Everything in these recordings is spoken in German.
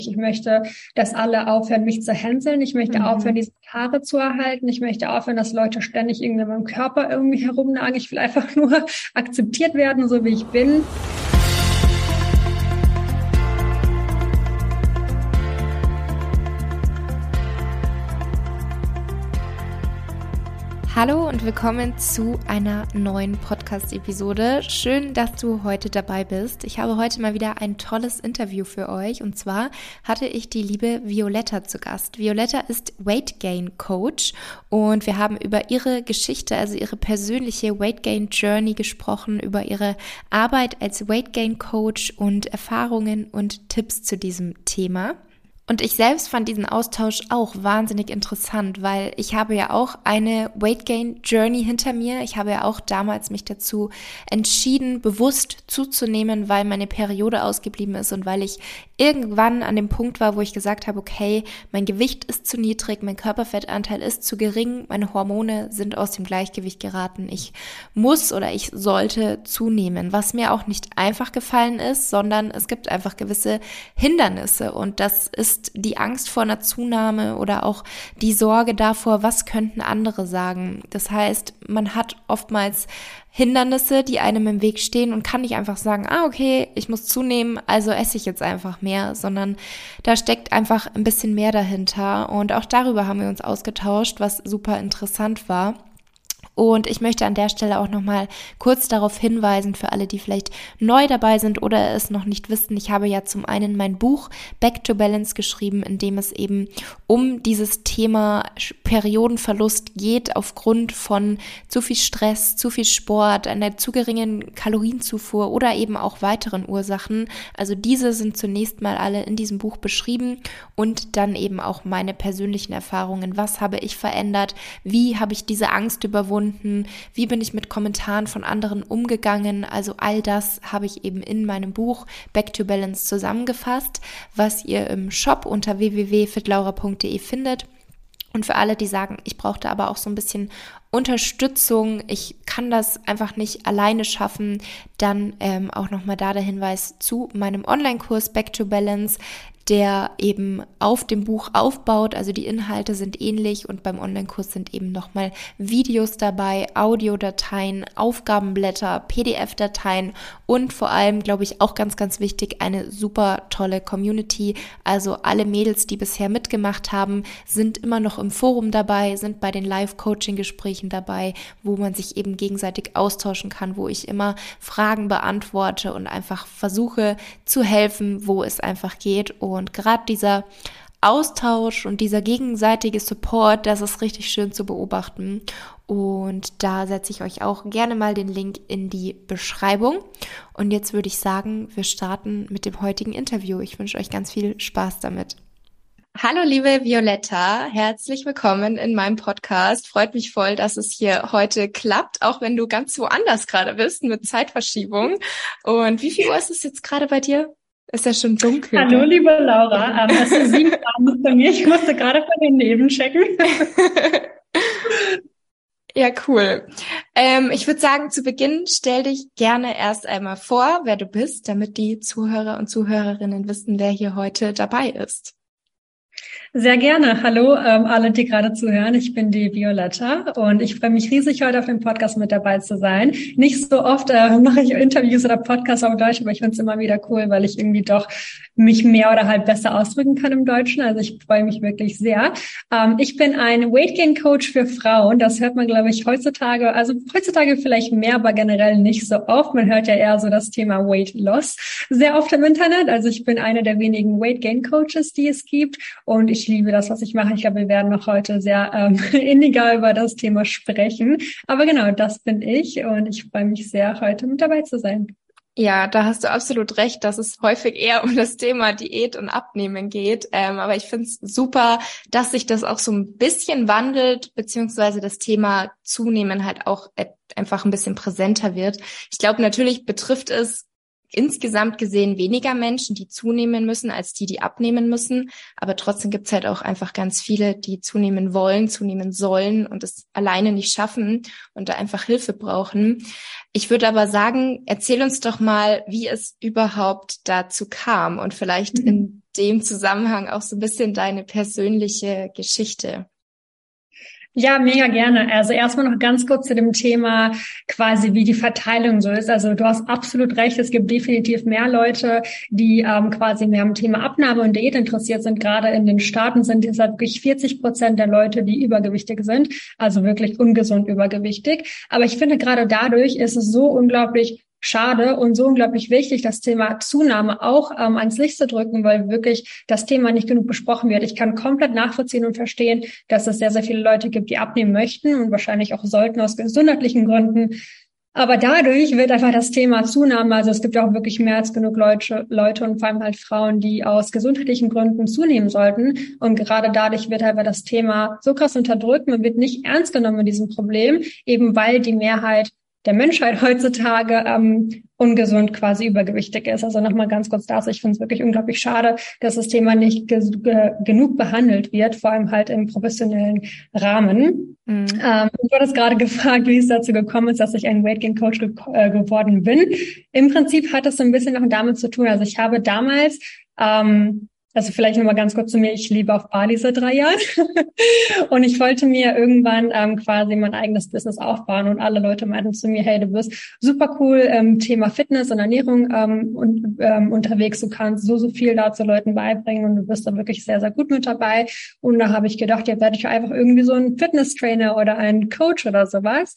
Ich möchte, dass alle aufhören, mich zu hänseln. Ich möchte aufhören, diese Haare zu erhalten. Ich möchte aufhören, dass Leute ständig irgendwie in meinem Körper irgendwie herumnagen. Ich will einfach nur akzeptiert werden, so wie ich bin. Hallo und willkommen zu einer neuen Podcast-Episode. Schön, dass du heute dabei bist. Ich habe heute mal wieder ein tolles Interview für euch und zwar hatte ich die liebe Violetta zu Gast. Violetta ist Weight Gain Coach und wir haben über ihre Geschichte, also ihre persönliche Weight Gain Journey gesprochen, über ihre Arbeit als Weight Gain Coach und Erfahrungen und Tipps zu diesem Thema. Und ich selbst fand diesen Austausch auch wahnsinnig interessant, weil ich habe ja auch eine Weight Gain Journey hinter mir. Ich habe ja auch damals mich dazu entschieden, bewusst zuzunehmen, weil meine Periode ausgeblieben ist und weil ich irgendwann an dem Punkt war, wo ich gesagt habe, okay, mein Gewicht ist zu niedrig, mein Körperfettanteil ist zu gering, meine Hormone sind aus dem Gleichgewicht geraten. Ich muss oder ich sollte zunehmen, was mir auch nicht einfach gefallen ist, sondern es gibt einfach gewisse Hindernisse und das ist die Angst vor einer Zunahme oder auch die Sorge davor, was könnten andere sagen. Das heißt, man hat oftmals Hindernisse, die einem im Weg stehen und kann nicht einfach sagen, okay, ich muss zunehmen, also esse ich jetzt einfach mehr, sondern da steckt einfach ein bisschen mehr dahinter und auch darüber haben wir uns ausgetauscht, was super interessant war. Und ich möchte an der Stelle auch nochmal kurz darauf hinweisen, für alle, die vielleicht neu dabei sind oder es noch nicht wissen. Ich habe ja zum einen mein Buch Back to Balance geschrieben, in dem es eben um dieses Thema Periodenverlust geht, aufgrund von zu viel Stress, zu viel Sport, einer zu geringen Kalorienzufuhr oder eben auch weiteren Ursachen. Also diese sind zunächst mal alle in diesem Buch beschrieben und dann eben auch meine persönlichen Erfahrungen. Was habe ich verändert? Wie habe ich diese Angst überwunden? Wie bin ich mit Kommentaren von anderen umgegangen? Also all das habe ich eben in meinem Buch Back to Balance zusammengefasst, was ihr im Shop unter www.fitlaura.de findet. Und für alle, die sagen, ich brauchte aber auch so ein bisschen Unterstützung, ich kann das einfach nicht alleine schaffen, dann auch nochmal da der Hinweis zu meinem Online-Kurs Back to Balance, der eben auf dem Buch aufbaut, also die Inhalte sind ähnlich und beim Online-Kurs sind eben nochmal Videos dabei, Audiodateien, Aufgabenblätter, PDF-Dateien und vor allem, glaube ich, auch ganz, ganz wichtig, eine super tolle Community. Also alle Mädels, die bisher mitgemacht haben, sind immer noch im Forum dabei, sind bei den Live-Coaching-Gesprächen dabei, wo man sich eben gegenseitig austauschen kann, wo ich immer Fragen beantworte und einfach versuche zu helfen, wo es einfach geht. Und gerade dieser Austausch und dieser gegenseitige Support, das ist richtig schön zu beobachten. Und da setze ich euch auch gerne mal den Link in die Beschreibung. Und jetzt würde ich sagen, wir starten mit dem heutigen Interview. Ich wünsche euch ganz viel Spaß damit. Hallo liebe Violetta, herzlich willkommen in meinem Podcast. Freut mich voll, dass es hier heute klappt, auch wenn du ganz woanders gerade bist mit Zeitverschiebung. Und wie viel Uhr ist es jetzt gerade bei dir? Ist ja schon dunkel. Hallo, liebe Laura. Es ist 7 Uhr bei mir. Ich musste gerade von den Neben checken. Ja, cool. Ich würde sagen, zu Beginn stell dich gerne erst einmal vor, wer du bist, damit die Zuhörer und Zuhörerinnen wissen, wer hier heute dabei ist. Sehr gerne. Hallo, alle, die gerade zuhören. Ich bin die Violetta und ich freue mich riesig, heute auf dem Podcast mit dabei zu sein. Nicht so oft mache ich Interviews oder Podcasts auf Deutsch, aber ich finde es immer wieder cool, weil ich irgendwie doch mich mehr oder halt besser ausdrücken kann im Deutschen. Also ich freue mich wirklich sehr. Ich bin ein Weight Gain Coach für Frauen. Das hört man, glaube ich, heutzutage vielleicht mehr, aber generell nicht so oft. Man hört ja eher so das Thema Weight Loss sehr oft im Internet. Also ich bin eine der wenigen Weight Gain Coaches, die es gibt. Und ich liebe das, was ich mache. Ich glaube, wir werden noch heute sehr inniger über das Thema sprechen. Aber genau, das bin ich und ich freue mich sehr, heute mit dabei zu sein. Ja, da hast du absolut recht, dass es häufig eher um das Thema Diät und Abnehmen geht. Aber ich finde es super, dass sich das auch so ein bisschen wandelt, beziehungsweise das Thema Zunehmen halt auch einfach ein bisschen präsenter wird. Ich glaube, natürlich betrifft es insgesamt gesehen weniger Menschen, die zunehmen müssen, als die abnehmen müssen. Aber trotzdem gibt's halt auch einfach ganz viele, die zunehmen wollen, zunehmen sollen und es alleine nicht schaffen und da einfach Hilfe brauchen. Ich würde aber sagen, erzähl uns doch mal, wie es überhaupt dazu kam und vielleicht in dem Zusammenhang auch so ein bisschen deine persönliche Geschichte. Ja, mega gerne. Also erstmal noch ganz kurz zu dem Thema quasi, wie die Verteilung so ist. Also du hast absolut recht, es gibt definitiv mehr Leute, die quasi mehr am Thema Abnahme und Diät interessiert sind. Gerade in den Staaten sind es halt wirklich 40% der Leute, die übergewichtig sind, also wirklich ungesund übergewichtig. Aber ich finde, gerade dadurch ist es so unglaublich schade und so unglaublich wichtig, das Thema Zunahme auch ans Licht zu drücken, weil wirklich das Thema nicht genug besprochen wird. Ich kann komplett nachvollziehen und verstehen, dass es sehr, sehr viele Leute gibt, die abnehmen möchten und wahrscheinlich auch sollten aus gesundheitlichen Gründen. Aber dadurch wird einfach das Thema Zunahme, also es gibt ja auch wirklich mehr als genug Leute und vor allem halt Frauen, die aus gesundheitlichen Gründen zunehmen sollten. Und gerade dadurch wird einfach das Thema so krass unterdrückt, man wird nicht ernst genommen in diesem Problem, eben weil die Mehrheit der Menschheit heutzutage ungesund quasi übergewichtig ist. Also nochmal ganz kurz dazu, ich finde es wirklich unglaublich schade, dass das Thema nicht genug behandelt wird, vor allem halt im professionellen Rahmen. Mhm. Du hattest gerade gefragt, wie es dazu gekommen ist, dass ich ein Weight Gain Coach geworden bin. Im Prinzip hat es so ein bisschen noch damit zu tun. Also ich habe damals also vielleicht nochmal ganz kurz zu mir. Ich lebe auf Bali seit 3 Jahren und ich wollte mir irgendwann quasi mein eigenes Business aufbauen und alle Leute meinten zu mir, hey, du bist super cool Thema Fitness und Ernährung unterwegs. Du kannst so viel dazu Leuten beibringen und du bist da wirklich sehr, sehr gut mit dabei. Und da habe ich gedacht, ja, werde ich einfach irgendwie so ein Fitness-Trainer oder ein Coach oder sowas.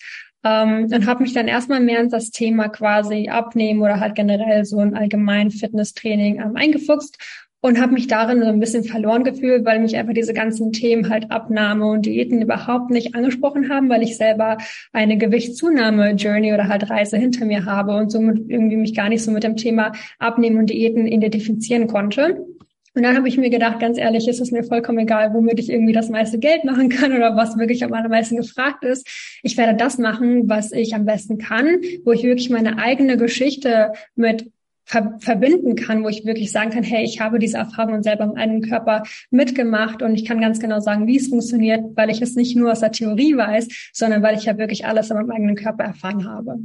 Und habe mich dann erstmal mehr in das Thema quasi Abnehmen oder halt generell so ein allgemein Fitnesstraining eingefuchst. Und habe mich darin so ein bisschen verloren gefühlt, weil mich einfach diese ganzen Themen halt Abnahme und Diäten überhaupt nicht angesprochen haben, weil ich selber eine Gewichtszunahme-Journey oder halt Reise hinter mir habe und somit irgendwie mich gar nicht so mit dem Thema Abnehmen und Diäten identifizieren konnte. Und dann habe ich mir gedacht, ganz ehrlich, ist es mir vollkommen egal, womit ich irgendwie das meiste Geld machen kann oder was wirklich am allermeisten gefragt ist. Ich werde das machen, was ich am besten kann, wo ich wirklich meine eigene Geschichte mit verbinden kann, wo ich wirklich sagen kann, hey, ich habe diese Erfahrung selber im eigenen Körper mitgemacht und ich kann ganz genau sagen, wie es funktioniert, weil ich es nicht nur aus der Theorie weiß, sondern weil ich ja wirklich alles in meinem eigenen Körper erfahren habe.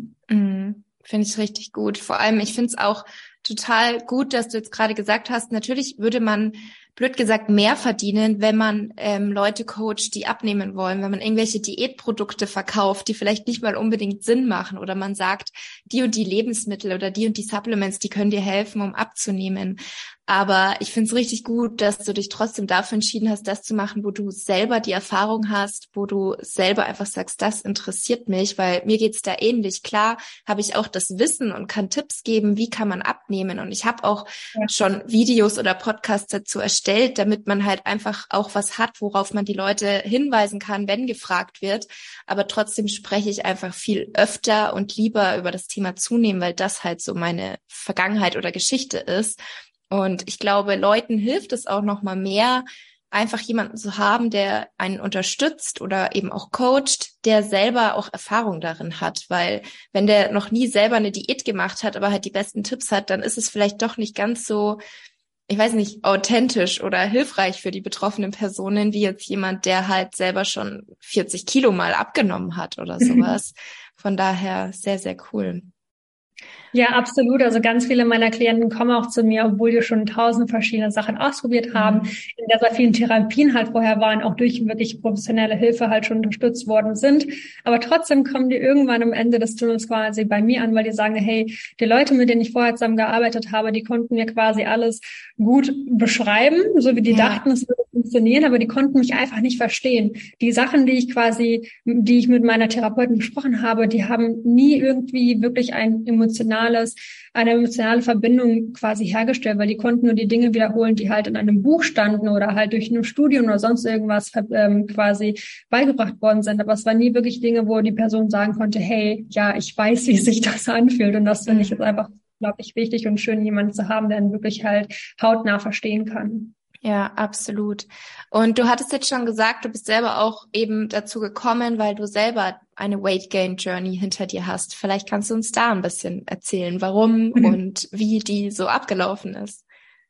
Finde ich richtig gut. Vor allem, ich finde es auch total gut, dass du jetzt gerade gesagt hast, natürlich würde man, blöd gesagt, mehr verdienen, wenn man Leute coacht, die abnehmen wollen, wenn man irgendwelche Diätprodukte verkauft, die vielleicht nicht mal unbedingt Sinn machen oder man sagt, die und die Lebensmittel oder die und die Supplements, die können dir helfen, um abzunehmen. Aber ich finde es richtig gut, dass du dich trotzdem dafür entschieden hast, das zu machen, wo du selber die Erfahrung hast, wo du selber einfach sagst, das interessiert mich, weil mir geht's da ähnlich. Klar habe ich auch das Wissen und kann Tipps geben, wie kann man abnehmen. Und ich habe auch schon Videos oder Podcasts dazu erstellt, damit man halt einfach auch was hat, worauf man die Leute hinweisen kann, wenn gefragt wird. Aber trotzdem spreche ich einfach viel öfter und lieber über das Thema Zunehmen, weil das halt so meine Vergangenheit oder Geschichte ist. Und ich glaube, Leuten hilft es auch noch mal mehr, einfach jemanden zu haben, der einen unterstützt oder eben auch coacht, der selber auch Erfahrung darin hat. Weil wenn der noch nie selber eine Diät gemacht hat, aber halt die besten Tipps hat, dann ist es vielleicht doch nicht ganz so, ich weiß nicht, authentisch oder hilfreich für die betroffenen Personen, wie jetzt jemand, der halt selber schon 40 Kilo mal abgenommen hat oder sowas. Von daher sehr, sehr cool. Ja, absolut. Also ganz viele meiner Klienten kommen auch zu mir, obwohl die schon 1000 verschiedene Sachen ausprobiert haben, in der sehr vielen Therapien halt vorher waren, auch durch wirklich professionelle Hilfe halt schon unterstützt worden sind. Aber trotzdem kommen die irgendwann am Ende des Tunnels quasi bei mir an, weil die sagen, hey, die Leute, mit denen ich vorher zusammen gearbeitet habe, die konnten mir quasi alles gut beschreiben, so wie die dachten, es würde funktionieren, aber die konnten mich einfach nicht verstehen. Die Sachen, die ich mit meiner Therapeutin besprochen habe, die haben nie irgendwie wirklich eine emotionale Verbindung quasi hergestellt, weil die konnten nur die Dinge wiederholen, die halt in einem Buch standen oder halt durch ein Studium oder sonst irgendwas quasi beigebracht worden sind. Aber es waren nie wirklich Dinge, wo die Person sagen konnte, hey, ja, ich weiß, wie sich das anfühlt. Und das finde ich jetzt einfach unglaublich wichtig und schön, jemanden zu haben, der ihn wirklich halt hautnah verstehen kann. Ja, absolut. Und du hattest jetzt schon gesagt, du bist selber auch eben dazu gekommen, weil du selber eine Weight Gain Journey hinter dir hast. Vielleicht kannst du uns da ein bisschen erzählen, warum und wie die so abgelaufen ist.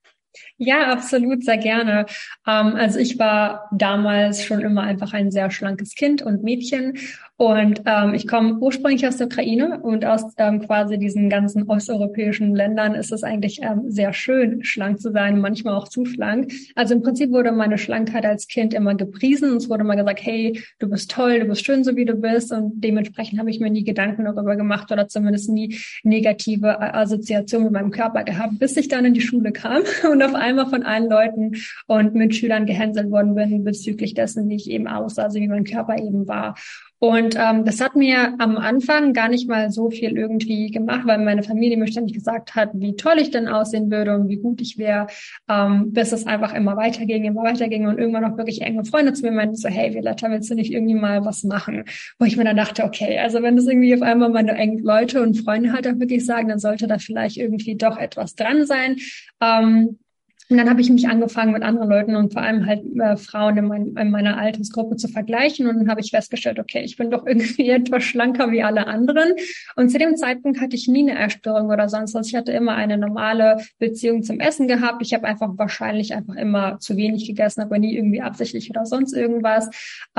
Ja, absolut, sehr gerne. Also ich war damals schon immer einfach ein sehr schlankes Kind und Mädchen Und ich komme ursprünglich aus der Ukraine und aus quasi diesen ganzen osteuropäischen Ländern ist es eigentlich sehr schön, schlank zu sein, manchmal auch zu schlank. Also im Prinzip wurde meine Slankheit als Kind immer gepriesen. Es wurde immer gesagt, hey, du bist toll, du bist schön, so wie du bist. Und dementsprechend habe ich mir nie Gedanken darüber gemacht oder zumindest nie negative Assoziationen mit meinem Körper gehabt, bis ich dann in die Schule kam und auf einmal von allen Leuten und Mitschülern gehänselt worden bin bezüglich dessen, wie ich eben aussah, also wie mein Körper eben war. Und das hat mir am Anfang gar nicht mal so viel irgendwie gemacht, weil meine Familie mir ständig gesagt hat, wie toll ich denn aussehen würde und wie gut ich wäre, bis es einfach immer weiterging und irgendwann auch wirklich enge Freunde zu mir meinten so, hey Violetta, willst du nicht irgendwie mal was machen? Wo ich mir dann dachte, okay, also wenn das irgendwie auf einmal meine engen Leute und Freunde halt auch wirklich sagen, dann sollte da vielleicht irgendwie doch etwas dran sein. Und dann habe ich mich angefangen mit anderen Leuten und vor allem halt Frauen in meiner Altersgruppe zu vergleichen. Und dann habe ich festgestellt, okay, ich bin doch irgendwie etwas schlanker wie alle anderen. Und zu dem Zeitpunkt hatte ich nie eine Essstörung oder sonst was. Ich hatte immer eine normale Beziehung zum Essen gehabt. Ich habe wahrscheinlich immer zu wenig gegessen, aber nie irgendwie absichtlich oder sonst irgendwas.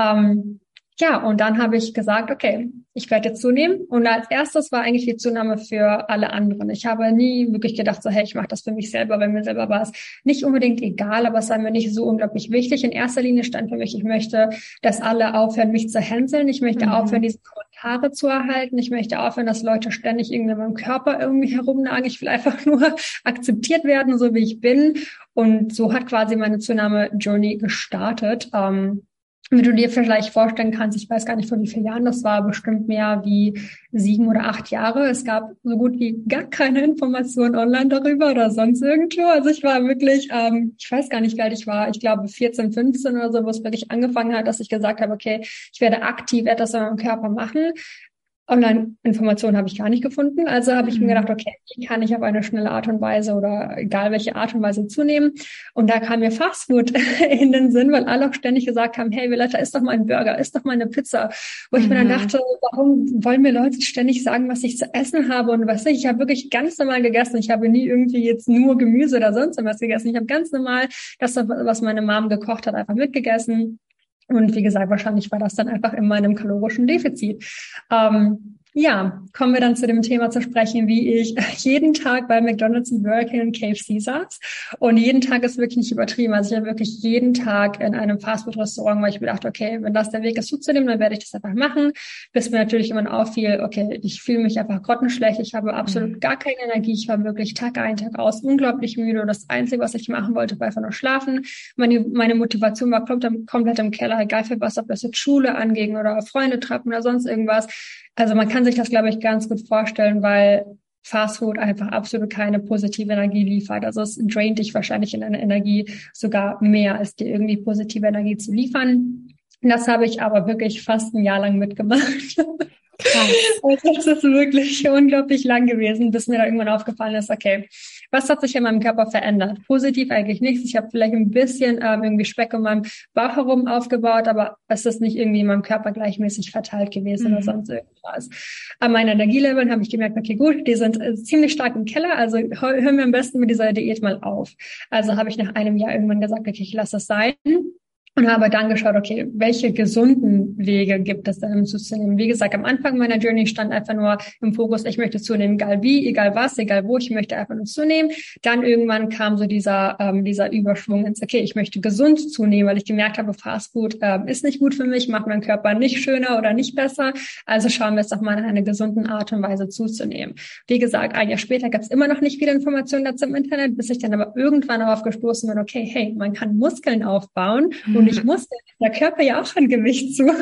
Ja, und dann habe ich gesagt, okay, ich werde jetzt zunehmen. Und als erstes war eigentlich die Zunahme für alle anderen. Ich habe nie wirklich gedacht, so, hey, ich mache das für mich selber. Bei mir selber war es nicht unbedingt egal, aber es war mir nicht so unglaublich wichtig. In erster Linie stand für mich, ich möchte, dass alle aufhören, mich zu hänseln. Ich möchte aufhören, diese Kommentare zu erhalten. Ich möchte aufhören, dass Leute ständig irgendwie in meinem Körper irgendwie herumnagen. Ich will einfach nur akzeptiert werden, so wie ich bin. Und so hat quasi meine Zunahme-Journey gestartet. Wie du dir vielleicht vorstellen kannst, ich weiß gar nicht, vor wie vielen Jahren das war, bestimmt mehr wie 7 oder 8 Jahre. Es gab so gut wie gar keine Informationen online darüber oder sonst irgendwo. Also ich war wirklich, ich weiß gar nicht, wie alt ich war, ich glaube 14, 15 oder so, wo es wirklich angefangen hat, dass ich gesagt habe, okay, ich werde aktiv etwas an meinem Körper machen. Online-Informationen habe ich gar nicht gefunden. Also habe ich mir gedacht, okay, wie kann ich auf eine schnelle Art und Weise oder egal welche Art und Weise zunehmen? Und da kam mir Fastfood in den Sinn, weil alle auch ständig gesagt haben, hey Violetta, isst doch mal einen Burger, isst doch mal eine Pizza. Wo ich mir dann dachte, warum wollen mir Leute ständig sagen, was ich zu essen habe und was nicht? Ich habe wirklich ganz normal gegessen. Ich habe nie irgendwie jetzt nur Gemüse oder sonst was gegessen. Ich habe ganz normal das, was meine Mom gekocht hat, einfach mitgegessen. Und wie gesagt, wahrscheinlich war das dann einfach in meinem kalorischen Defizit. Ja, kommen wir dann zu dem Thema zu sprechen, wie ich jeden Tag bei McDonald's und Burger King und KFC saß. Und jeden Tag ist wirklich nicht übertrieben. Also ich habe wirklich jeden Tag in einem Fastfood-Restaurant, weil ich mir dachte, okay, wenn das der Weg ist, zuzunehmen, dann werde ich das einfach machen. Bis mir natürlich immer auffiel, okay, ich fühle mich einfach grottenschlecht. Ich habe absolut gar keine Energie. Ich war wirklich Tag ein, Tag aus unglaublich müde. Und das Einzige, was ich machen wollte, war einfach nur schlafen. Meine Motivation war komplett im Keller, egal für was, ob das jetzt Schule anging oder Freunde treffen oder sonst irgendwas. Also man kann sich das, glaube ich, ganz gut vorstellen, weil Fastfood einfach absolut keine positive Energie liefert. Also es draint dich wahrscheinlich in deine Energie sogar mehr, als dir irgendwie positive Energie zu liefern. Und das habe ich aber wirklich fast ein Jahr lang mitgemacht. Also das ist wirklich unglaublich lang gewesen, bis mir da irgendwann aufgefallen ist, okay, was hat sich in meinem Körper verändert? Positiv eigentlich nichts. Ich habe vielleicht ein bisschen irgendwie Speck in meinem Bauch herum aufgebaut, aber es ist nicht irgendwie in meinem Körper gleichmäßig verteilt gewesen oder sonst irgendwas. An meinen Energieleveln habe ich gemerkt, okay, gut, die sind ziemlich stark im Keller, also hören wir am besten mit dieser Diät mal auf. Also habe ich nach einem Jahr irgendwann gesagt, okay, ich lasse es sein. Und habe dann geschaut, okay, welche gesunden Wege gibt es denn, um zuzunehmen? Wie gesagt, am Anfang meiner Journey stand einfach nur im Fokus, ich möchte zunehmen, egal wie, egal was, egal wo, ich möchte einfach nur zunehmen. Dann irgendwann kam so dieser Überschwung ins, okay, ich möchte gesund zunehmen, weil ich gemerkt habe, Fastfood ist nicht gut für mich, macht meinen Körper nicht schöner oder nicht besser. Also schauen wir jetzt doch mal in einer gesunden Art und Weise zuzunehmen. Wie gesagt, ein Jahr später gab es immer noch nicht viele Informationen dazu im Internet, bis ich dann aber irgendwann darauf gestoßen bin, okay, hey, man kann Muskeln aufbauen. Und ich musste, der Körper ja auch an Gewicht zu.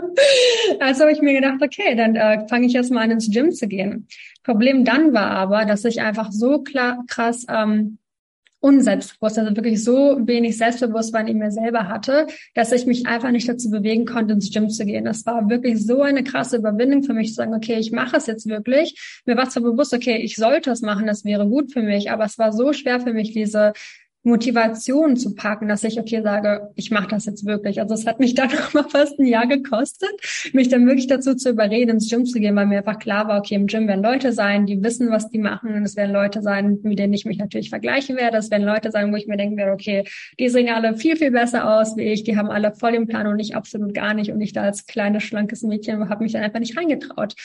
Also habe ich mir gedacht, okay, dann fange ich erst mal an, ins Gym zu gehen. Problem dann war aber, dass ich einfach so krass unselbstbewusst, also wirklich so wenig Selbstbewusstsein in mir selber hatte, dass ich mich einfach nicht dazu bewegen konnte, ins Gym zu gehen. Das war wirklich so eine krasse Überwindung für mich, zu sagen, okay, ich mache es jetzt wirklich. Mir war zwar bewusst, okay, ich sollte es machen, das wäre gut für mich, aber es war so schwer für mich, diese Motivation zu packen, dass ich, okay, sage, ich mache das jetzt wirklich. Also es hat mich dann noch mal fast ein Jahr gekostet, mich dann wirklich dazu zu überreden, ins Gym zu gehen, weil mir einfach klar war, okay, im Gym werden Leute sein, die wissen, was die machen. Und es werden Leute sein, mit denen ich mich natürlich vergleichen werde. Es werden Leute sein, wo ich mir denken werde, okay, die sehen alle viel, viel besser aus wie ich. Die haben alle voll den Plan und ich absolut gar nicht. Und ich da als kleines, schlankes Mädchen habe mich dann einfach nicht reingetraut.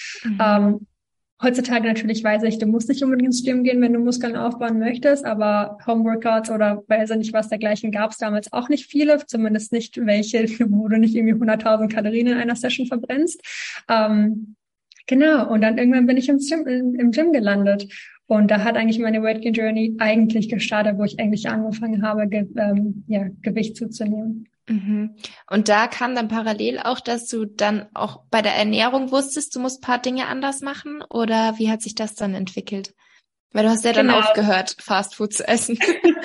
Heutzutage natürlich weiß ich, du musst nicht unbedingt ins Gym gehen, wenn du Muskeln aufbauen möchtest, aber Homeworkouts oder weiß ich nicht was dergleichen gab es damals auch nicht viele, zumindest nicht welche, wo du nicht irgendwie 100.000 Kalorien in einer Session verbrennst. Genau, und dann irgendwann bin ich im Gym gelandet. Und da hat eigentlich meine Weight Gain Journey eigentlich gestartet, wo ich eigentlich angefangen habe, Gewicht zuzunehmen. Und da kam dann parallel auch, dass du dann auch bei der Ernährung wusstest, du musst ein paar Dinge anders machen, oder wie hat sich das dann entwickelt? Weil du hast ja dann aufgehört, Fastfood zu essen.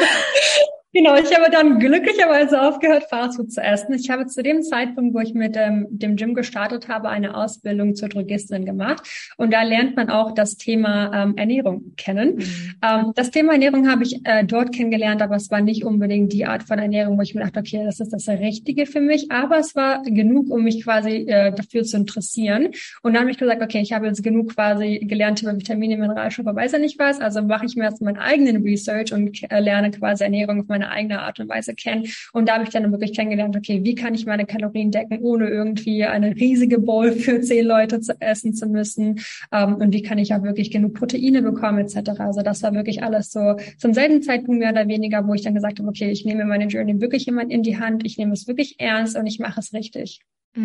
Genau, ich habe dann glücklicherweise aufgehört, Fastfood zu essen. Ich habe zu dem Zeitpunkt, wo ich mit dem Gym gestartet habe, eine Ausbildung zur Drogistin gemacht. Und da lernt man auch das Thema Ernährung kennen. Das Thema Ernährung habe ich dort kennengelernt, aber es war nicht unbedingt die Art von Ernährung, wo ich mir dachte, okay, das ist das Richtige für mich. Aber es war genug, um mich quasi dafür zu interessieren. Und dann habe ich gesagt, okay, ich habe jetzt genug quasi gelernt über Vitamine, Mineralstoffe, weiß ja nicht was. Also mache ich mir jetzt meinen eigenen Research und lerne quasi Ernährung auf meine eigene Art und Weise kennen. Und da habe ich dann wirklich kennengelernt, okay, wie kann ich meine Kalorien decken, ohne irgendwie eine riesige Bowl für 10 Leute zu essen zu müssen. Und wie kann ich auch wirklich genug Proteine bekommen, etc. Also das war wirklich alles so zum selben Zeitpunkt mehr oder weniger, wo ich dann gesagt habe, okay, ich nehme meine Journey wirklich jemand in die Hand, ich nehme es wirklich ernst und ich mache es richtig.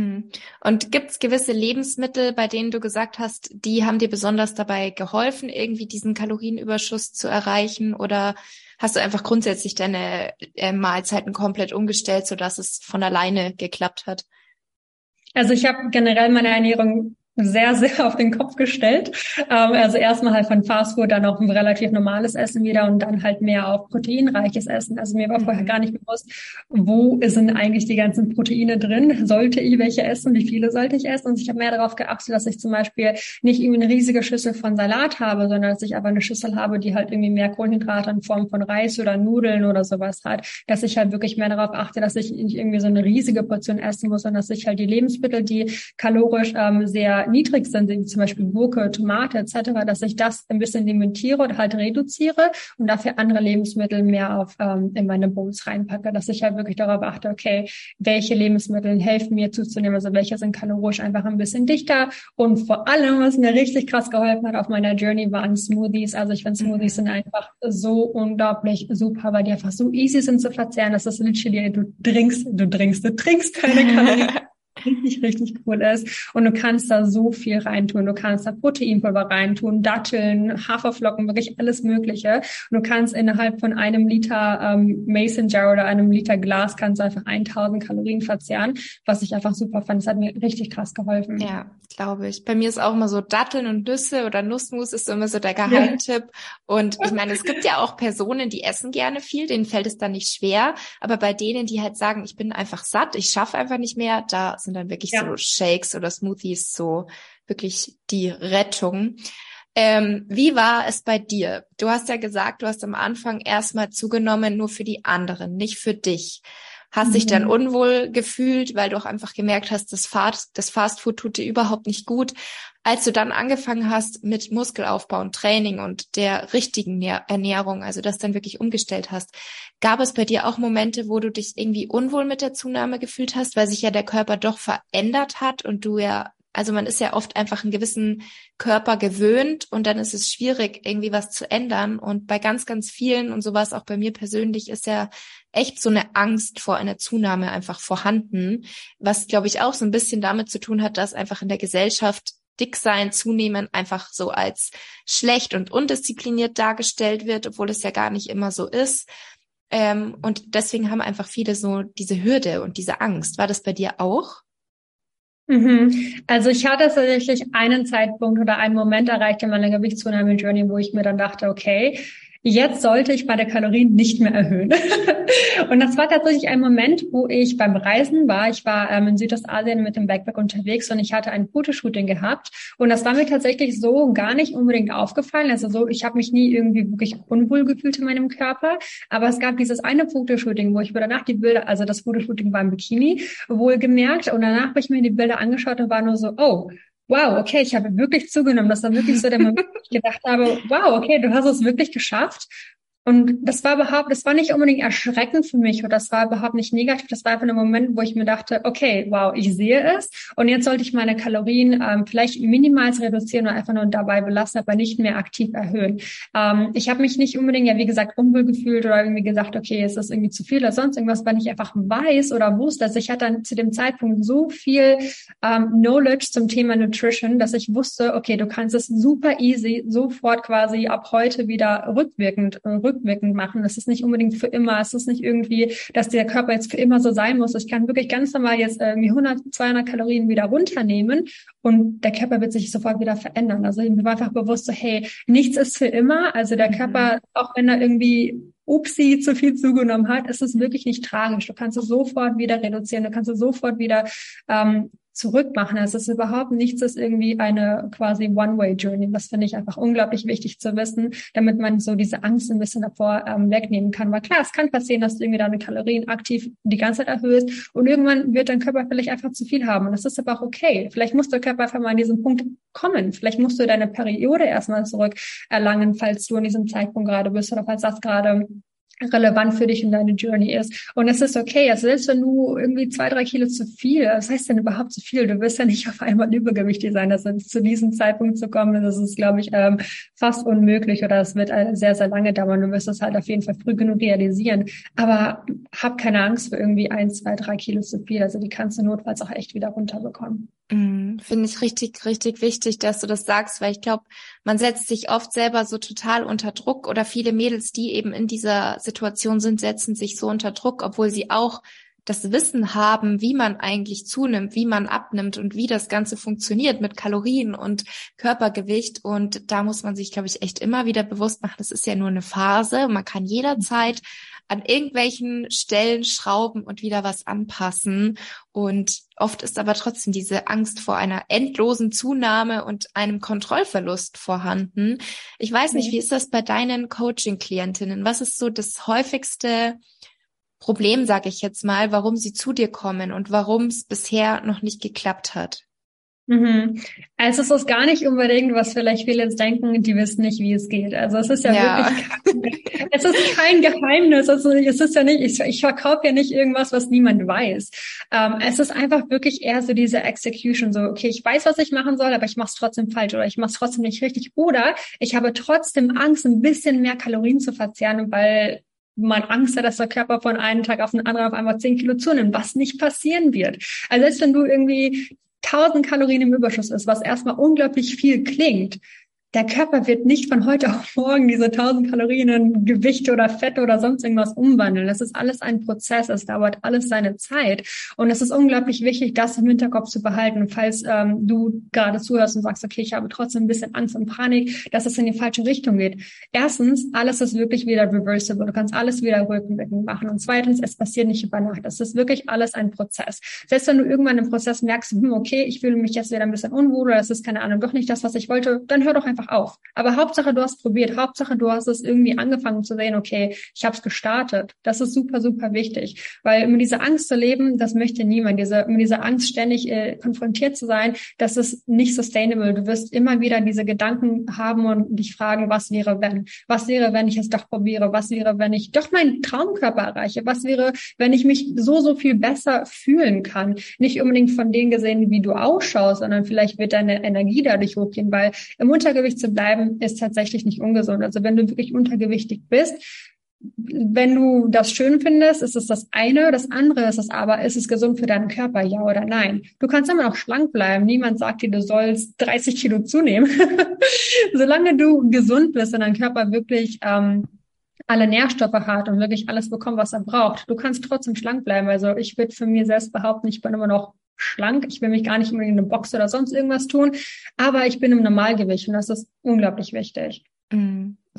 Und gibt es gewisse Lebensmittel, bei denen du gesagt hast, die haben dir besonders dabei geholfen, irgendwie diesen Kalorienüberschuss zu erreichen? Oder hast du einfach grundsätzlich deine Mahlzeiten komplett umgestellt, sodass es von alleine geklappt hat? Also ich habe generell meine Ernährung sehr, sehr auf den Kopf gestellt. Also erstmal halt von Fastfood, dann auch ein relativ normales Essen wieder und dann halt mehr auf proteinreiches Essen. Also mir war vorher gar nicht bewusst, wo sind eigentlich die ganzen Proteine drin? Sollte ich welche essen? Wie viele sollte ich essen? Und ich habe mehr darauf geachtet, dass ich zum Beispiel nicht irgendwie eine riesige Schüssel von Salat habe, sondern dass ich aber eine Schüssel habe, die halt irgendwie mehr Kohlenhydrate in Form von Reis oder Nudeln oder sowas hat. Dass ich halt wirklich mehr darauf achte, dass ich nicht irgendwie so eine riesige Portion essen muss, sondern dass ich halt die Lebensmittel, die kalorisch sehr niedrig sind, wie zum Beispiel Gurke, Tomate etc., dass ich das ein bisschen limitiere oder halt reduziere und dafür andere Lebensmittel mehr in meine Bowls reinpacke, dass ich halt wirklich darauf achte, okay, welche Lebensmittel helfen mir zuzunehmen, also welche sind kalorisch einfach ein bisschen dichter und vor allem, was mir richtig krass geholfen hat auf meiner Journey, waren Smoothies. Also ich finde Smoothies sind einfach so unglaublich super, weil die einfach so easy sind zu verzehren, dass das literally, du trinkst keine Kalorien. Richtig, richtig cool ist. Und du kannst da so viel reintun. Du kannst da Proteinpulver reintun, Datteln, Haferflocken, wirklich alles Mögliche. Und du kannst innerhalb von einem Liter Mason Jar oder einem Liter Glas kannst du einfach 1000 Kalorien verzehren, was ich einfach super fand. Das hat mir richtig krass geholfen. Ja, glaube ich. Bei mir ist auch immer so Datteln und Nüsse oder Nussmus ist immer so der Geheimtipp. Ja. Und ich meine, es gibt ja auch Personen, die essen gerne viel, denen fällt es dann nicht schwer. Aber bei denen, die halt sagen, ich bin einfach satt, ich schaffe einfach nicht mehr, da sind dann wirklich so Shakes oder Smoothies so wirklich die Rettung. Wie war es bei dir? Du hast ja gesagt, du hast am Anfang erstmal zugenommen, nur für die anderen, nicht für dich. Hast dich dann unwohl gefühlt, weil du auch einfach gemerkt hast, das Fastfood tut dir überhaupt nicht gut. Als du dann angefangen hast mit Muskelaufbau und Training und der richtigen Ernährung, also das dann wirklich umgestellt hast, gab es bei dir auch Momente, wo du dich irgendwie unwohl mit der Zunahme gefühlt hast, weil sich ja der Körper doch verändert hat und du ja, also man ist ja oft einfach einen gewissen Körper gewöhnt und dann ist es schwierig, irgendwie was zu ändern. Und bei ganz, ganz vielen, und so war es auch bei mir persönlich, ist ja echt so eine Angst vor einer Zunahme einfach vorhanden, was, glaube ich, auch so ein bisschen damit zu tun hat, dass einfach in der Gesellschaft Dicksein, Zunehmen einfach so als schlecht und undiszipliniert dargestellt wird, obwohl es ja gar nicht immer so ist. Und deswegen haben einfach viele so diese Hürde und diese Angst. War das bei dir auch? Also ich hatte tatsächlich einen Zeitpunkt oder einen Moment erreicht in meiner Gewichtszunahme-Journey, wo ich mir dann dachte, okay, jetzt sollte ich meine Kalorien nicht mehr erhöhen. Und das war tatsächlich ein Moment, wo ich beim Reisen war. Ich war in Südostasien mit dem Backpack unterwegs und ich hatte ein Fotoshooting gehabt. Und das war mir tatsächlich so gar nicht unbedingt aufgefallen. Also so, ich habe mich nie irgendwie wirklich unwohl gefühlt in meinem Körper. Aber es gab dieses eine Fotoshooting, wo ich mir danach die Bilder, also das Fotoshooting war im Bikini, wohl gemerkt. Und danach habe ich mir die Bilder angeschaut und war nur so, oh, wow, okay, ich habe wirklich zugenommen. Das war wirklich so der Moment, wo ich gedacht habe, wow, okay, du hast es wirklich geschafft. Und das war nicht unbedingt erschreckend für mich oder das war überhaupt nicht negativ. Das war einfach ein Moment, wo ich mir dachte, okay, wow, ich sehe es. Und jetzt sollte ich meine Kalorien vielleicht minimal reduzieren oder einfach nur dabei belassen, aber nicht mehr aktiv erhöhen. Ich habe mich nicht unbedingt, ja, wie gesagt, unwohl gefühlt oder irgendwie gesagt, okay, es ist irgendwie zu viel oder sonst irgendwas, weil ich einfach weiß oder wusste, dass ich hatte dann zu dem Zeitpunkt so viel Knowledge zum Thema Nutrition, dass ich wusste, okay, du kannst es super easy sofort quasi ab heute wieder rückwirkend machen. Das ist nicht unbedingt für immer. Es ist nicht irgendwie, dass der Körper jetzt für immer so sein muss. Ich kann wirklich ganz normal jetzt irgendwie 100, 200 Kalorien wieder runternehmen und der Körper wird sich sofort wieder verändern. Also mir war einfach bewusst so, hey, nichts ist für immer. Also der Körper, auch wenn er irgendwie Upsi zu viel zugenommen hat, ist es wirklich nicht tragisch. Du kannst es sofort wieder reduzieren. Du kannst es sofort wieder zurückmachen. Also es ist überhaupt nichts, ist irgendwie eine quasi One-Way-Journey. Das finde ich einfach unglaublich wichtig zu wissen, damit man so diese Angst ein bisschen davor wegnehmen kann. Weil klar, es kann passieren, dass du irgendwie deine Kalorien aktiv die ganze Zeit erhöhst und irgendwann wird dein Körper vielleicht einfach zu viel haben. Und das ist aber auch okay. Vielleicht muss der Körper einfach mal an diesen Punkt kommen. Vielleicht musst du deine Periode erstmal zurück erlangen, falls du an diesem Zeitpunkt gerade bist oder falls das gerade relevant für dich in deine Journey ist. Und es ist okay. Also selbst wenn du irgendwie 2, 3 Kilo zu viel, was heißt denn überhaupt zu viel? Du wirst ja nicht auf einmal übergewichtig sein. Das ist zu diesem Zeitpunkt zu kommen, das ist, glaube ich, fast unmöglich oder es wird sehr, sehr lange dauern. Du wirst es halt auf jeden Fall früh genug realisieren. Aber hab keine Angst für irgendwie 1, 2, 3 Kilo zu viel. Also die kannst du notfalls auch echt wieder runterbekommen. Finde ich richtig, richtig wichtig, dass du das sagst, weil ich glaube, man setzt sich oft selber so total unter Druck oder viele Mädels, die eben in dieser Situation sind, setzen sich so unter Druck, obwohl sie auch das Wissen haben, wie man eigentlich zunimmt, wie man abnimmt und wie das Ganze funktioniert mit Kalorien und Körpergewicht. Und da muss man sich, glaube ich, echt immer wieder bewusst machen, das ist ja nur eine Phase. Man kann jederzeit an irgendwelchen Stellen schrauben und wieder was anpassen. Und oft ist aber trotzdem diese Angst vor einer endlosen Zunahme und einem Kontrollverlust vorhanden. Ich weiß nicht, wie ist das bei deinen Coaching-Klientinnen? Was ist so das häufigste Problem, sage ich jetzt mal, warum sie zu dir kommen und warum es bisher noch nicht geklappt hat? Also es ist gar nicht unbedingt, was vielleicht viele jetzt denken, die wissen nicht, wie es geht. Also es ist ja wirklich, es ist kein Geheimnis. Also es ist ja nicht, ich verkaufe ja nicht irgendwas, was niemand weiß. Es ist einfach wirklich eher so diese Execution, so, okay, ich weiß, was ich machen soll, aber ich mache es trotzdem falsch oder ich mache es trotzdem nicht richtig. Oder ich habe trotzdem Angst, ein bisschen mehr Kalorien zu verzehren, weil man Angst hat, dass der Körper von einem Tag auf den anderen auf einmal 10 Kilo zunimmt, was nicht passieren wird. Also selbst wenn du irgendwie 1000 Kalorien im Überschuss ist, was erstmal unglaublich viel klingt, der Körper wird nicht von heute auf morgen diese 1000 Kalorien in Gewicht oder Fett oder sonst irgendwas umwandeln. Das ist alles ein Prozess. Es dauert alles seine Zeit. Und es ist unglaublich wichtig, das im Hinterkopf zu behalten, falls du gerade zuhörst und sagst, okay, ich habe trotzdem ein bisschen Angst und Panik, dass es in die falsche Richtung geht. Erstens, alles ist wirklich wieder reversible. Du kannst alles wieder rückwirkend machen. Und zweitens, es passiert nicht über Nacht. Das ist wirklich alles ein Prozess. Selbst wenn du irgendwann im Prozess merkst, okay, ich fühle mich jetzt wieder ein bisschen unwohl oder es ist, keine Ahnung, doch nicht das, was ich wollte, dann hör doch einfach auf. Aber Hauptsache, du hast probiert. Hauptsache, du hast es irgendwie angefangen zu sehen, okay, ich habe es gestartet. Das ist super, super wichtig. Weil mit dieser Angst zu leben, das möchte niemand. Mit dieser Angst ständig konfrontiert zu sein, das ist nicht sustainable. Du wirst immer wieder diese Gedanken haben und dich fragen, was wäre, wenn? Was wäre, wenn ich es doch probiere? Was wäre, wenn ich doch meinen Traumkörper erreiche? Was wäre, wenn ich mich so viel besser fühlen kann? Nicht unbedingt von denen gesehen, wie du ausschaust, sondern vielleicht wird deine Energie dadurch hochgehen, weil im Untergewicht zu bleiben ist tatsächlich nicht ungesund. Also wenn du wirklich untergewichtig bist, wenn du das schön findest, ist es das eine. Das andere ist es aber, ist es gesund für deinen Körper, ja oder nein? Du kannst immer noch schlank bleiben. Niemand sagt dir, du sollst 30 Kilo zunehmen. Solange du gesund bist und dein Körper wirklich alle Nährstoffe hat und wirklich alles bekommt, was er braucht, du kannst trotzdem schlank bleiben. Also ich würde für mir selbst behaupten, ich bin immer noch schlank. Ich will mich gar nicht unbedingt in eine Box oder sonst irgendwas tun, aber ich bin im Normalgewicht und das ist unglaublich wichtig. Ja,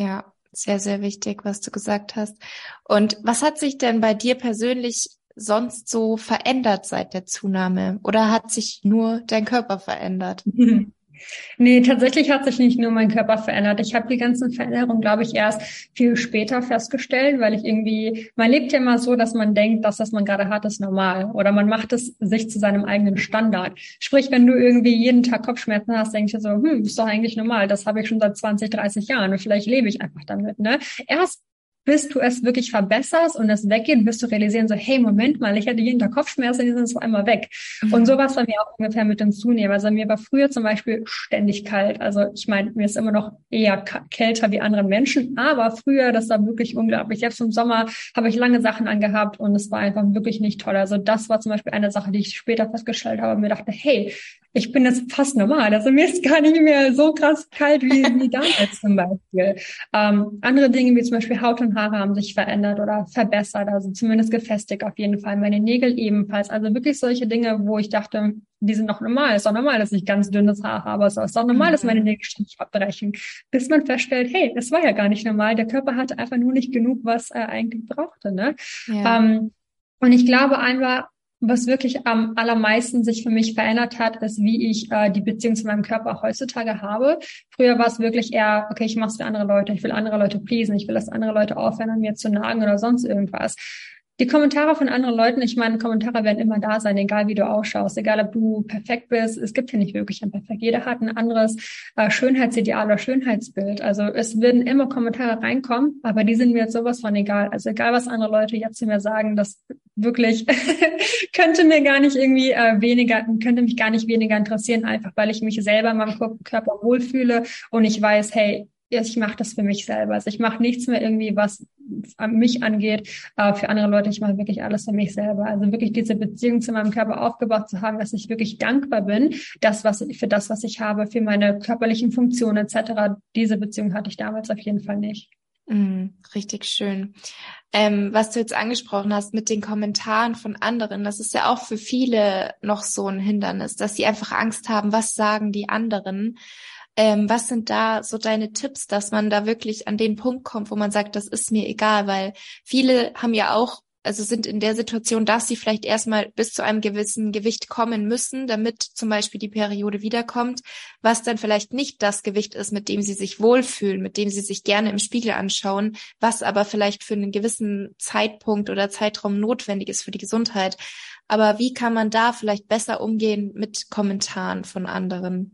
sehr, sehr wichtig, was du gesagt hast. Und was hat sich denn bei dir persönlich sonst so verändert seit der Zunahme? Oder hat sich nur dein Körper verändert? Nee, tatsächlich hat sich nicht nur mein Körper verändert. Ich habe die ganzen Veränderungen, glaube ich, erst viel später festgestellt, weil ich irgendwie, man lebt ja immer so, dass man denkt, dass das man gerade hat, ist normal. Oder man macht es sich zu seinem eigenen Standard. Sprich, wenn du irgendwie jeden Tag Kopfschmerzen hast, denkst du so, ist doch eigentlich normal. Das habe ich schon seit 20, 30 Jahren und vielleicht lebe ich einfach damit, ne? Erst bis du es wirklich verbesserst und es weggeht, wirst du realisieren, so, hey, Moment mal, ich hatte jeden Tag Kopfschmerzen, die sind so einmal weg. Und so war es bei mir auch ungefähr mit dem Zunehmen. Also mir war früher zum Beispiel ständig kalt. Also ich meine, mir ist immer noch eher kälter wie anderen Menschen, aber früher, das war wirklich unglaublich. Selbst im Sommer habe ich lange Sachen angehabt und es war einfach wirklich nicht toll. Also das war zum Beispiel eine Sache, die ich später festgestellt habe und mir dachte, hey, ich bin jetzt fast normal. Also mir ist gar nicht mehr so krass kalt wie damals zum Beispiel. Andere Dinge wie zum Beispiel Haut und Haare haben sich verändert oder verbessert, also zumindest gefestigt auf jeden Fall. Meine Nägel ebenfalls. Also wirklich solche Dinge, wo ich dachte, die sind doch normal. Ist doch normal, dass ich ganz dünnes Haar habe. Es ist doch normal, dass meine Nägel ständig abbrechen. Bis man feststellt, hey, es war ja gar nicht normal. Der Körper hatte einfach nur nicht genug, was er eigentlich brauchte, ne? Ja. Und ich glaube einfach, was wirklich am allermeisten sich für mich verändert hat, ist, wie ich die Beziehung zu meinem Körper heutzutage habe. Früher war es wirklich eher, okay, ich mache es für andere Leute, ich will andere Leute pleasen, ich will, dass andere Leute aufhören, an mir zu nagen oder sonst irgendwas. Die Kommentare von anderen Leuten, ich meine, Kommentare werden immer da sein, egal wie du ausschaust, egal ob du perfekt bist. Es gibt ja nicht wirklich ein Perfekt. Jeder hat ein anderes Schönheitsideal oder Schönheitsbild. Also es werden immer Kommentare reinkommen, aber die sind mir jetzt sowas von egal. Also egal, was andere Leute jetzt zu mir sagen, das wirklich könnte mich gar nicht weniger interessieren, einfach weil ich mich selber in meinem Körper wohlfühle und ich weiß, hey, ich mache das für mich selber. Also ich mache nichts mehr irgendwie, was mich angeht, für andere Leute. Ich mache wirklich alles für mich selber. Also wirklich diese Beziehung zu meinem Körper aufgebaut zu haben, dass ich wirklich dankbar bin, für das, was ich habe, für meine körperlichen Funktionen etc. Diese Beziehung hatte ich damals auf jeden Fall nicht. Richtig schön. Was du jetzt angesprochen hast mit den Kommentaren von anderen, das ist ja auch für viele noch so ein Hindernis, dass sie einfach Angst haben, was sagen die anderen? Was sind da so deine Tipps, dass man da wirklich an den Punkt kommt, wo man sagt, das ist mir egal, weil viele haben ja auch, also sind in der Situation, dass sie vielleicht erstmal bis zu einem gewissen Gewicht kommen müssen, damit zum Beispiel die Periode wiederkommt, was dann vielleicht nicht das Gewicht ist, mit dem sie sich wohlfühlen, mit dem sie sich gerne im Spiegel anschauen, was aber vielleicht für einen gewissen Zeitpunkt oder Zeitraum notwendig ist für die Gesundheit. Aber wie kann man da vielleicht besser umgehen mit Kommentaren von anderen?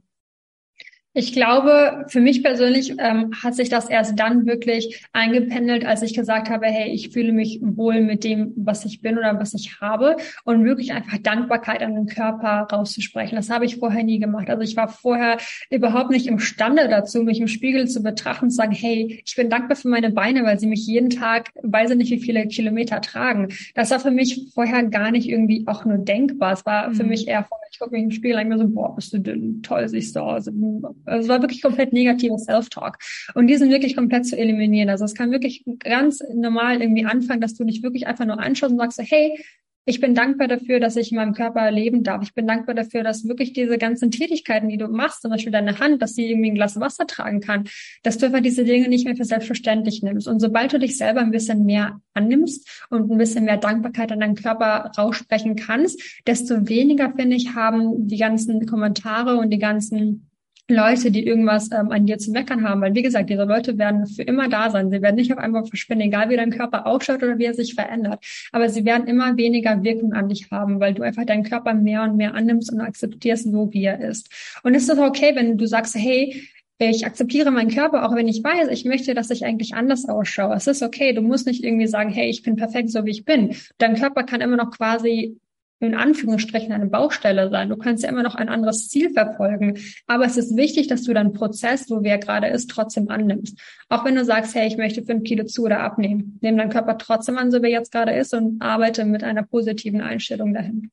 Ich glaube, für mich persönlich hat sich das erst dann wirklich eingependelt, als ich gesagt habe, hey, ich fühle mich wohl mit dem, was ich bin oder was ich habe und wirklich einfach Dankbarkeit an den Körper rauszusprechen. Das habe ich vorher nie gemacht. Also ich war vorher überhaupt nicht imstande dazu, mich im Spiegel zu betrachten und zu sagen, hey, ich bin dankbar für meine Beine, weil sie mich jeden Tag, weiß ich nicht, wie viele Kilometer tragen. Das war für mich vorher gar nicht irgendwie auch nur denkbar. Es war für mich eher vorher, ich gucke mich im Spiegel und mir so, boah, bist du dünn, toll, siehst du aus. Also es war wirklich komplett negativer Self-Talk. Und die sind wirklich komplett zu eliminieren. Also es kann wirklich ganz normal irgendwie anfangen, dass du dich wirklich einfach nur anschaust und sagst so, hey, ich bin dankbar dafür, dass ich in meinem Körper leben darf. Ich bin dankbar dafür, dass wirklich diese ganzen Tätigkeiten, die du machst, zum Beispiel deine Hand, dass sie irgendwie ein Glas Wasser tragen kann, dass du einfach diese Dinge nicht mehr für selbstverständlich nimmst. Und sobald du dich selber ein bisschen mehr annimmst und ein bisschen mehr Dankbarkeit an deinen Körper raussprechen kannst, desto weniger, finde ich, haben die ganzen Kommentare und die ganzen Leute, die irgendwas an dir zu meckern haben. Weil, wie gesagt, diese Leute werden für immer da sein. Sie werden nicht auf einmal verschwinden, egal wie dein Körper ausschaut oder wie er sich verändert. Aber sie werden immer weniger Wirkung an dich haben, weil du einfach deinen Körper mehr und mehr annimmst und akzeptierst, so wie er ist. Und es ist okay, wenn du sagst, hey, ich akzeptiere meinen Körper, auch wenn ich weiß, ich möchte, dass ich eigentlich anders ausschaue. Es ist okay. Du musst nicht irgendwie sagen, hey, ich bin perfekt, so wie ich bin. Dein Körper kann immer noch quasi in Anführungsstrichen eine Baustelle sein. Du kannst ja immer noch ein anderes Ziel verfolgen. Aber es ist wichtig, dass du deinen Prozess, so wie er gerade ist, trotzdem annimmst. Auch wenn du sagst, hey, ich möchte 5 Kilo zu oder abnehmen. Nimm deinen Körper trotzdem an, so wie er jetzt gerade ist und arbeite mit einer positiven Einstellung dahin.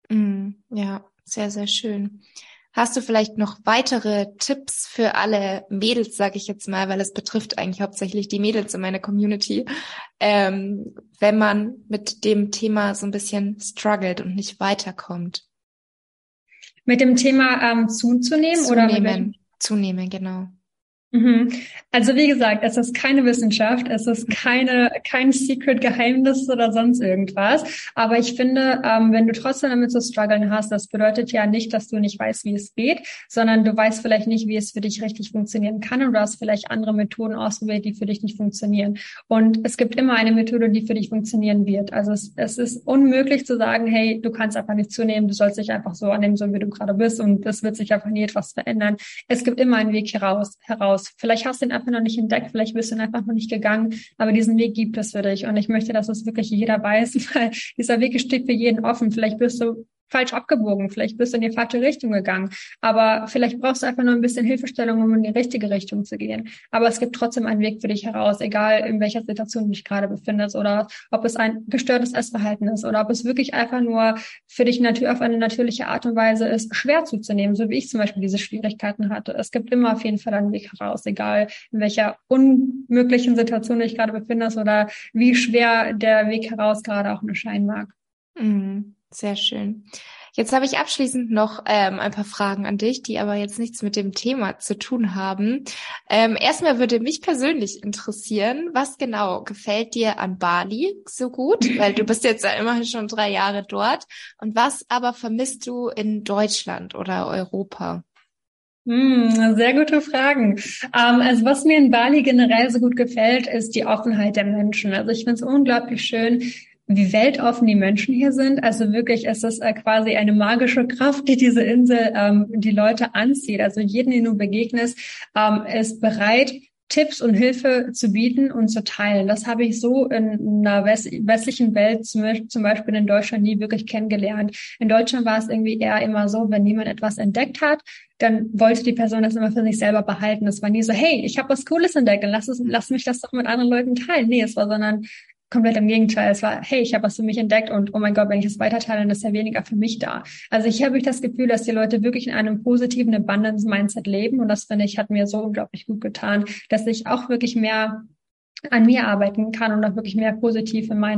Ja, sehr, sehr schön. Hast du vielleicht noch weitere Tipps für alle Mädels, sage ich jetzt mal, weil es betrifft eigentlich hauptsächlich die Mädels in meiner Community, wenn man mit dem Thema so ein bisschen struggelt und nicht weiterkommt? Mit dem Thema zunehmen oder mit Zunehmen, genau. Mhm. Also wie gesagt, es ist keine Wissenschaft, es ist kein Secret-Geheimnis oder sonst irgendwas. Aber ich finde, wenn du trotzdem damit zu strugglen hast, das bedeutet ja nicht, dass du nicht weißt, wie es geht, sondern du weißt vielleicht nicht, wie es für dich richtig funktionieren kann und du hast vielleicht andere Methoden ausprobiert, die für dich nicht funktionieren. Und es gibt immer eine Methode, die für dich funktionieren wird. Also es ist unmöglich zu sagen, hey, du kannst einfach nicht zunehmen, du sollst dich einfach so annehmen, so wie du gerade bist und es wird sich einfach nie etwas verändern. Es gibt immer einen Weg heraus. Vielleicht hast du ihn einfach noch nicht entdeckt, vielleicht bist du ihn einfach noch nicht gegangen, aber diesen Weg gibt es für dich. Und ich möchte, dass es wirklich jeder weiß, weil dieser Weg steht für jeden offen. Vielleicht bist du falsch abgebogen, vielleicht bist du in die falsche Richtung gegangen, aber vielleicht brauchst du einfach nur ein bisschen Hilfestellung, um in die richtige Richtung zu gehen. Aber es gibt trotzdem einen Weg für dich heraus, egal in welcher Situation du dich gerade befindest oder ob es ein gestörtes Essverhalten ist oder ob es wirklich einfach nur für dich auf eine natürliche Art und Weise ist, schwer zuzunehmen, so wie ich zum Beispiel diese Schwierigkeiten hatte. Es gibt immer auf jeden Fall einen Weg heraus, egal in welcher unmöglichen Situation du dich gerade befindest oder wie schwer der Weg heraus gerade auch erscheinen mag. Sehr schön. Jetzt habe ich abschließend noch ein paar Fragen an dich, die aber jetzt nichts mit dem Thema zu tun haben. Erstmal würde mich persönlich interessieren, was genau gefällt dir an Bali so gut? Weil du bist jetzt ja immerhin schon 3 Jahre dort. Und was aber vermisst du in Deutschland oder Europa? Sehr gute Fragen. Also was mir in Bali generell so gut gefällt, ist die Offenheit der Menschen. Also ich finde es unglaublich schön, wie weltoffen die Menschen hier sind. Also wirklich, es ist quasi eine magische Kraft, die diese Insel die Leute anzieht. Also jeden, den du begegnest, ist bereit, Tipps und Hilfe zu bieten und zu teilen. Das habe ich so in einer westlichen Welt, zum Beispiel in Deutschland, nie wirklich kennengelernt. In Deutschland war es irgendwie eher immer so, wenn jemand etwas entdeckt hat, dann wollte die Person das immer für sich selber behalten. Es war nie so, hey, ich habe was Cooles entdeckt und lass mich das doch mit anderen Leuten teilen. Nee, es war sondern komplett im Gegenteil. Es war, hey, ich habe was für mich entdeckt und oh mein Gott, wenn ich das weiterteile, dann ist ja weniger für mich da. Also ich habe das Gefühl, dass die Leute wirklich in einem positiven Abundance-Mindset leben und das, finde ich, hat mir so unglaublich gut getan, dass ich auch wirklich mehr an mir arbeiten kann und auch wirklich mehr positiv in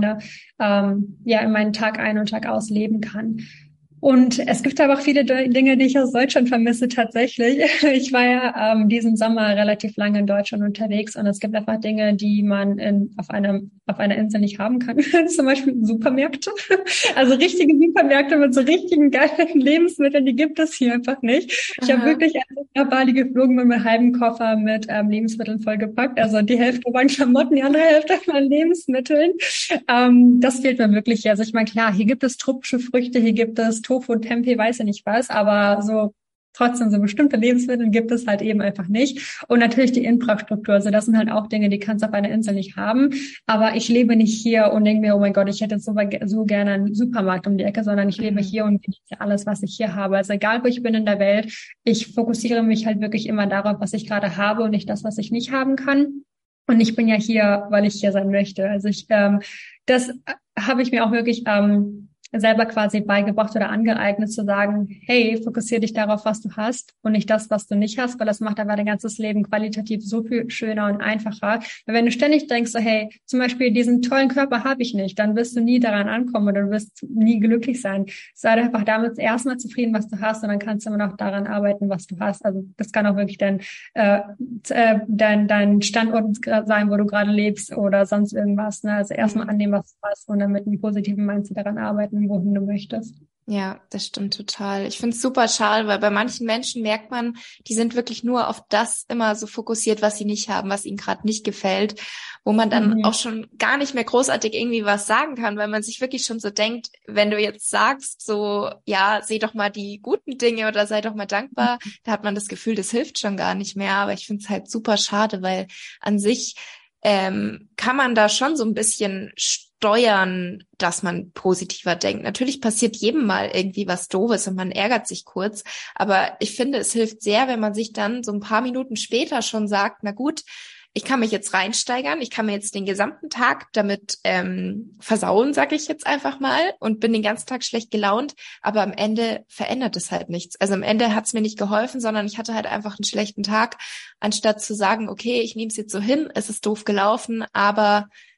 in meinen Tag ein und Tag aus leben kann. Und es gibt aber auch viele Dinge, die ich aus Deutschland vermisse tatsächlich. Ich war ja diesen Sommer relativ lange in Deutschland unterwegs und es gibt einfach Dinge, die man auf einer Insel nicht haben kann. Zum Beispiel Supermärkte. Also richtige Supermärkte mit so richtigen geilen Lebensmitteln, die gibt es hier einfach nicht. Ich habe wirklich, als ich nach Bali geflogen bin, mit halben Koffer mit Lebensmitteln vollgepackt. Also die Hälfte waren Klamotten, die andere Hälfte waren Lebensmitteln. Das fehlt mir wirklich. Also ich meine, klar, hier gibt es tropische Früchte, hier gibt es Tofu und Tempeh, weiß ja nicht was, aber so trotzdem so bestimmte Lebensmittel gibt es halt eben einfach nicht. Und natürlich die Infrastruktur. Also das sind halt auch Dinge, die kannst du auf einer Insel nicht haben. Aber ich lebe nicht hier und denke mir, oh mein Gott, ich hätte so gerne einen Supermarkt um die Ecke, sondern ich lebe hier und genieße alles, was ich hier habe. Also egal, wo ich bin in der Welt, ich fokussiere mich halt wirklich immer darauf, was ich gerade habe und nicht das, was ich nicht haben kann. Und ich bin ja hier, weil ich hier sein möchte. Also das habe ich mir auch wirklich selber quasi beigebracht oder angeeignet zu sagen, hey, fokussier dich darauf, was du hast und nicht das, was du nicht hast, weil das macht einfach dein ganzes Leben qualitativ so viel schöner und einfacher. Weil wenn du ständig denkst, so, hey, zum Beispiel diesen tollen Körper habe ich nicht, dann wirst du nie daran ankommen oder du wirst nie glücklich sein. Sei einfach damit erstmal zufrieden, was du hast und dann kannst du immer noch daran arbeiten, was du hast. Also das kann auch wirklich dein Standort sein, wo du gerade lebst oder sonst irgendwas. Ne? Also erstmal annehmen, was du hast und dann mit einem positiven Mindset daran arbeiten, wohin du möchtest. Ja, das stimmt total. Ich finde es super schade, weil bei manchen Menschen merkt man, die sind wirklich nur auf das immer so fokussiert, was sie nicht haben, was ihnen gerade nicht gefällt, wo man dann auch schon gar nicht mehr großartig irgendwie was sagen kann, weil man sich wirklich schon so denkt, wenn du jetzt sagst, so, ja, seh doch mal die guten Dinge oder sei doch mal dankbar, da hat man das Gefühl, das hilft schon gar nicht mehr. Aber ich finde es halt super schade, weil an sich kann man da schon so ein bisschen steuern, dass man positiver denkt. Natürlich passiert jedem mal irgendwie was Doofes und man ärgert sich kurz, aber ich finde, es hilft sehr, wenn man sich dann so ein paar Minuten später schon sagt, na gut, ich kann mich jetzt reinsteigern, ich kann mir jetzt den gesamten Tag damit versauen, sage ich jetzt einfach mal, und bin den ganzen Tag schlecht gelaunt, aber am Ende verändert es halt nichts. Also am Ende hat es mir nicht geholfen, sondern ich hatte halt einfach einen schlechten Tag, anstatt zu sagen, okay, ich nehme es jetzt so hin, es ist doof gelaufen, aber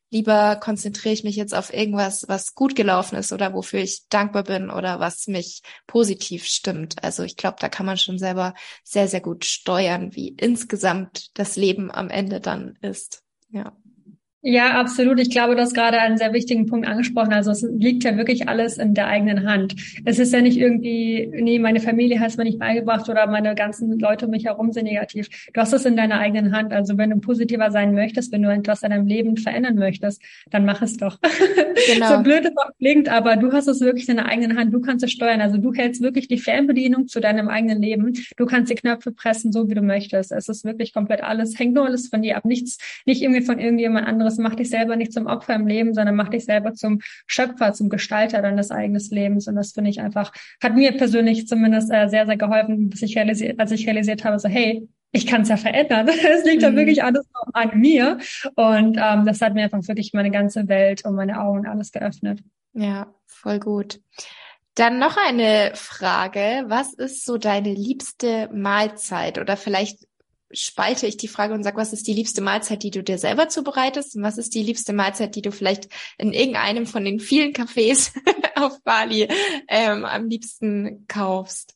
lieber konzentriere ich mich jetzt auf irgendwas, was gut gelaufen ist oder wofür ich dankbar bin oder was mich positiv stimmt. Also ich glaube, da kann man schon selber sehr, sehr gut steuern, wie insgesamt das Leben am Ende dann ist. Ja. Ja, absolut. Ich glaube, du hast gerade einen sehr wichtigen Punkt angesprochen. Also es liegt ja wirklich alles in der eigenen Hand. Es ist ja nicht irgendwie, nee, meine Familie hat es mir nicht beigebracht oder meine ganzen Leute um mich herum sind negativ. Du hast es in deiner eigenen Hand. Also wenn du positiver sein möchtest, wenn du etwas in deinem Leben verändern möchtest, dann mach es doch. Genau. So blöd es auch klingt, aber du hast es wirklich in deiner eigenen Hand. Du kannst es steuern. Also du hältst wirklich die Fernbedienung zu deinem eigenen Leben. Du kannst die Knöpfe pressen, so wie du möchtest. Es ist wirklich komplett alles, hängt nur alles von dir ab. Nichts, nicht irgendwie von irgendjemand anderes. Mach dich selber nicht zum Opfer im Leben, sondern mach dich selber zum Schöpfer, zum Gestalter deines eigenen Lebens. Und das finde ich einfach, hat mir persönlich zumindest sehr, sehr geholfen, als ich realisiert habe, so hey, ich kann es ja verändern. Es liegt ja wirklich alles noch an mir. Und das hat mir einfach wirklich meine ganze Welt und meine Augen alles geöffnet. Ja, voll gut. Dann noch eine Frage. Was ist so deine liebste Mahlzeit? Oder vielleicht spalte ich die Frage und sage, was ist die liebste Mahlzeit, die du dir selber zubereitest? Und was ist die liebste Mahlzeit, die du vielleicht in irgendeinem von den vielen Cafés auf Bali am liebsten kaufst?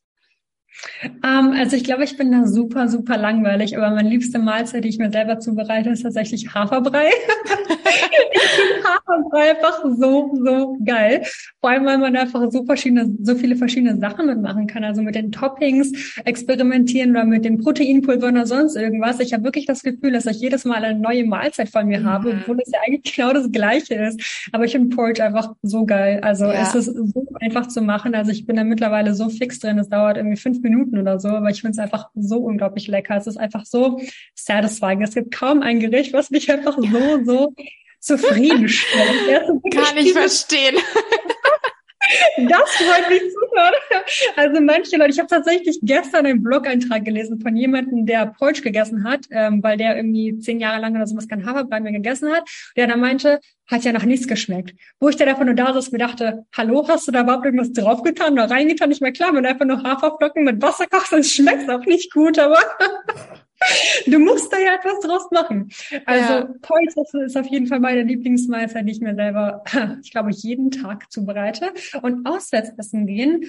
Also ich glaube, ich bin da super, super langweilig, aber meine liebste Mahlzeit, die ich mir selber zubereite, ist tatsächlich Haferbrei. Ich finde Haferbrei einfach so, so geil. Vor allem, weil man einfach so viele verschiedene Sachen mitmachen kann. Also mit den Toppings experimentieren oder mit dem Proteinpulver oder sonst irgendwas. Ich habe wirklich das Gefühl, dass ich jedes Mal eine neue Mahlzeit von mir habe, obwohl es ja eigentlich genau das Gleiche ist. Aber ich finde Porridge einfach so geil. Also es ist so einfach zu machen. Also ich bin da mittlerweile so fix drin. Es dauert irgendwie 5 Minuten oder so, aber ich finde es einfach so unglaublich lecker. Es ist einfach so satisfying. Es gibt kaum ein Gericht, was mich einfach so zufriedenstellt. Kann ich verstehen. Das freut mich super. Also manche Leute, ich habe tatsächlich gestern einen Blog-Eintrag gelesen von jemandem, der Porridge gegessen hat, weil der irgendwie 10 Jahre lang oder sowas kein Haferbrei mehr gegessen hat. Der dann meinte, hat ja nach nichts geschmeckt. Wo ich dann einfach nur da saß, mir dachte, hallo, hast du da überhaupt irgendwas draufgetan oder reingetan? Nicht mehr klar, wenn du einfach nur Haferflocken mit Wasser kochst, dann schmeckt's auch nicht gut, aber du musst da ja etwas draus machen. Also Porridge ist auf jeden Fall meine Lieblingsmahlzeit, die ich mir selber, ich glaube, jeden Tag zubereite. Und auswärts essen gehen,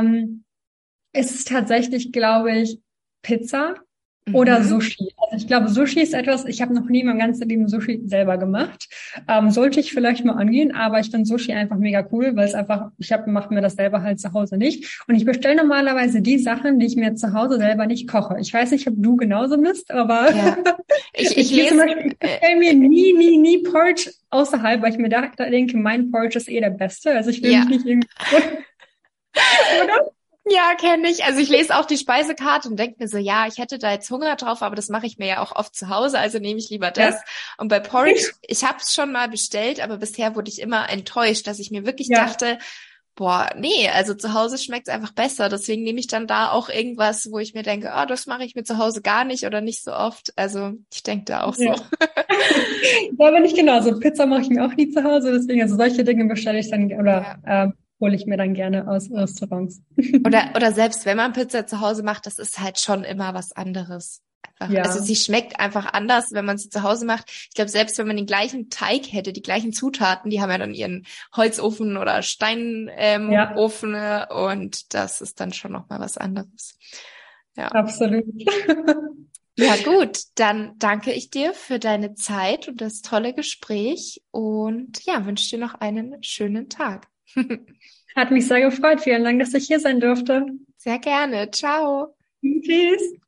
ist es tatsächlich, glaube ich, Pizza oder Sushi. Also ich glaube, Sushi ist etwas, ich habe noch nie mein ganzes Leben Sushi selber gemacht. Sollte ich vielleicht mal angehen, aber ich finde Sushi einfach mega cool, weil es einfach, mache mir das selber halt zu Hause nicht. Und ich bestelle normalerweise die Sachen, die ich mir zu Hause selber nicht koche. Ich weiß nicht, ob du genauso bist, aber ich bestelle mir nie Porridge außerhalb, weil ich mir da denke, mein Porridge ist eh der beste. Also ich will mich nicht irgendwie... Oder? Ja, kenne ich. Also ich lese auch die Speisekarte und denke mir so, ja, ich hätte da jetzt Hunger drauf, aber das mache ich mir ja auch oft zu Hause, also nehme ich lieber das. Ja. Und bei Porridge, ich habe es schon mal bestellt, aber bisher wurde ich immer enttäuscht, dass ich mir wirklich dachte, boah, nee, also zu Hause schmeckt es einfach besser. Deswegen nehme ich dann da auch irgendwas, wo ich mir denke, das mache ich mir zu Hause gar nicht oder nicht so oft. Also ich denke da auch so. Da bin ich genauso. Pizza mache ich mir auch nie zu Hause, deswegen, also solche Dinge bestelle ich dann oder hole ich mir dann gerne aus Restaurants. Oder selbst wenn man Pizza zu Hause macht, das ist halt schon immer was anderes. Also sie schmeckt einfach anders, wenn man sie zu Hause macht. Ich glaube, selbst wenn man den gleichen Teig hätte, die gleichen Zutaten, die haben ja dann ihren Holzofen oder Steinofen und das ist dann schon nochmal was anderes. Ja. Absolut. Ja gut, dann danke ich dir für deine Zeit und das tolle Gespräch und wünsche dir noch einen schönen Tag. Hat mich sehr gefreut. Vielen Dank, dass ich hier sein durfte. Sehr gerne. Ciao. Tschüss.